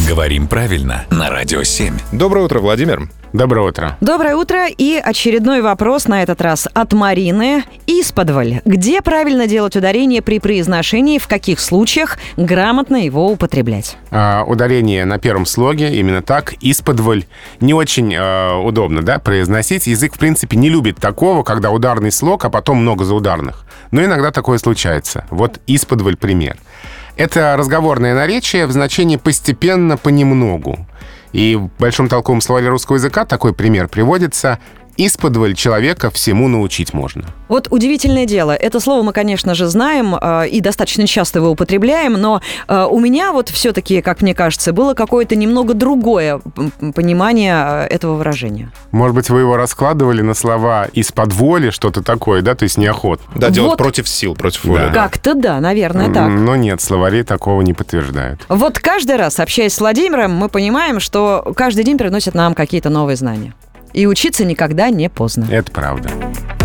Говорим правильно на Радио 7. Доброе утро, Владимир. Доброе утро. Доброе утро. И очередной вопрос, на этот раз от Марины. Исподволь. Где правильно делать ударение при произношении, в каких случаях грамотно его употреблять? Ударение на первом слоге, именно так, исподволь. Не очень удобно, да, произносить. Язык, в принципе, не любит такого, когда ударный слог, а потом много заударных. Но иногда такое случается. Вот исподволь пример. Это разговорное наречие в значении «постепенно, понемногу». И в Большом толковом словаре русского языка такой пример приводится: «Исподволь человека всему научить можно». Вот удивительное дело. Это слово мы, конечно же, знаем и достаточно часто его употребляем, но у меня вот все-таки, как мне кажется, было какое-то немного другое понимание этого выражения. Может быть, вы его раскладывали на слова «из-под воли», что-то такое, да, то есть неохот. Да, делать Вот. против сил, против воли. Да. Как-то да, наверное, так. Но нет, словари такого не подтверждают. Вот каждый раз, общаясь с Владимиром, мы понимаем, что каждый день приносит нам какие-то новые знания. И учиться никогда не поздно. Это правда.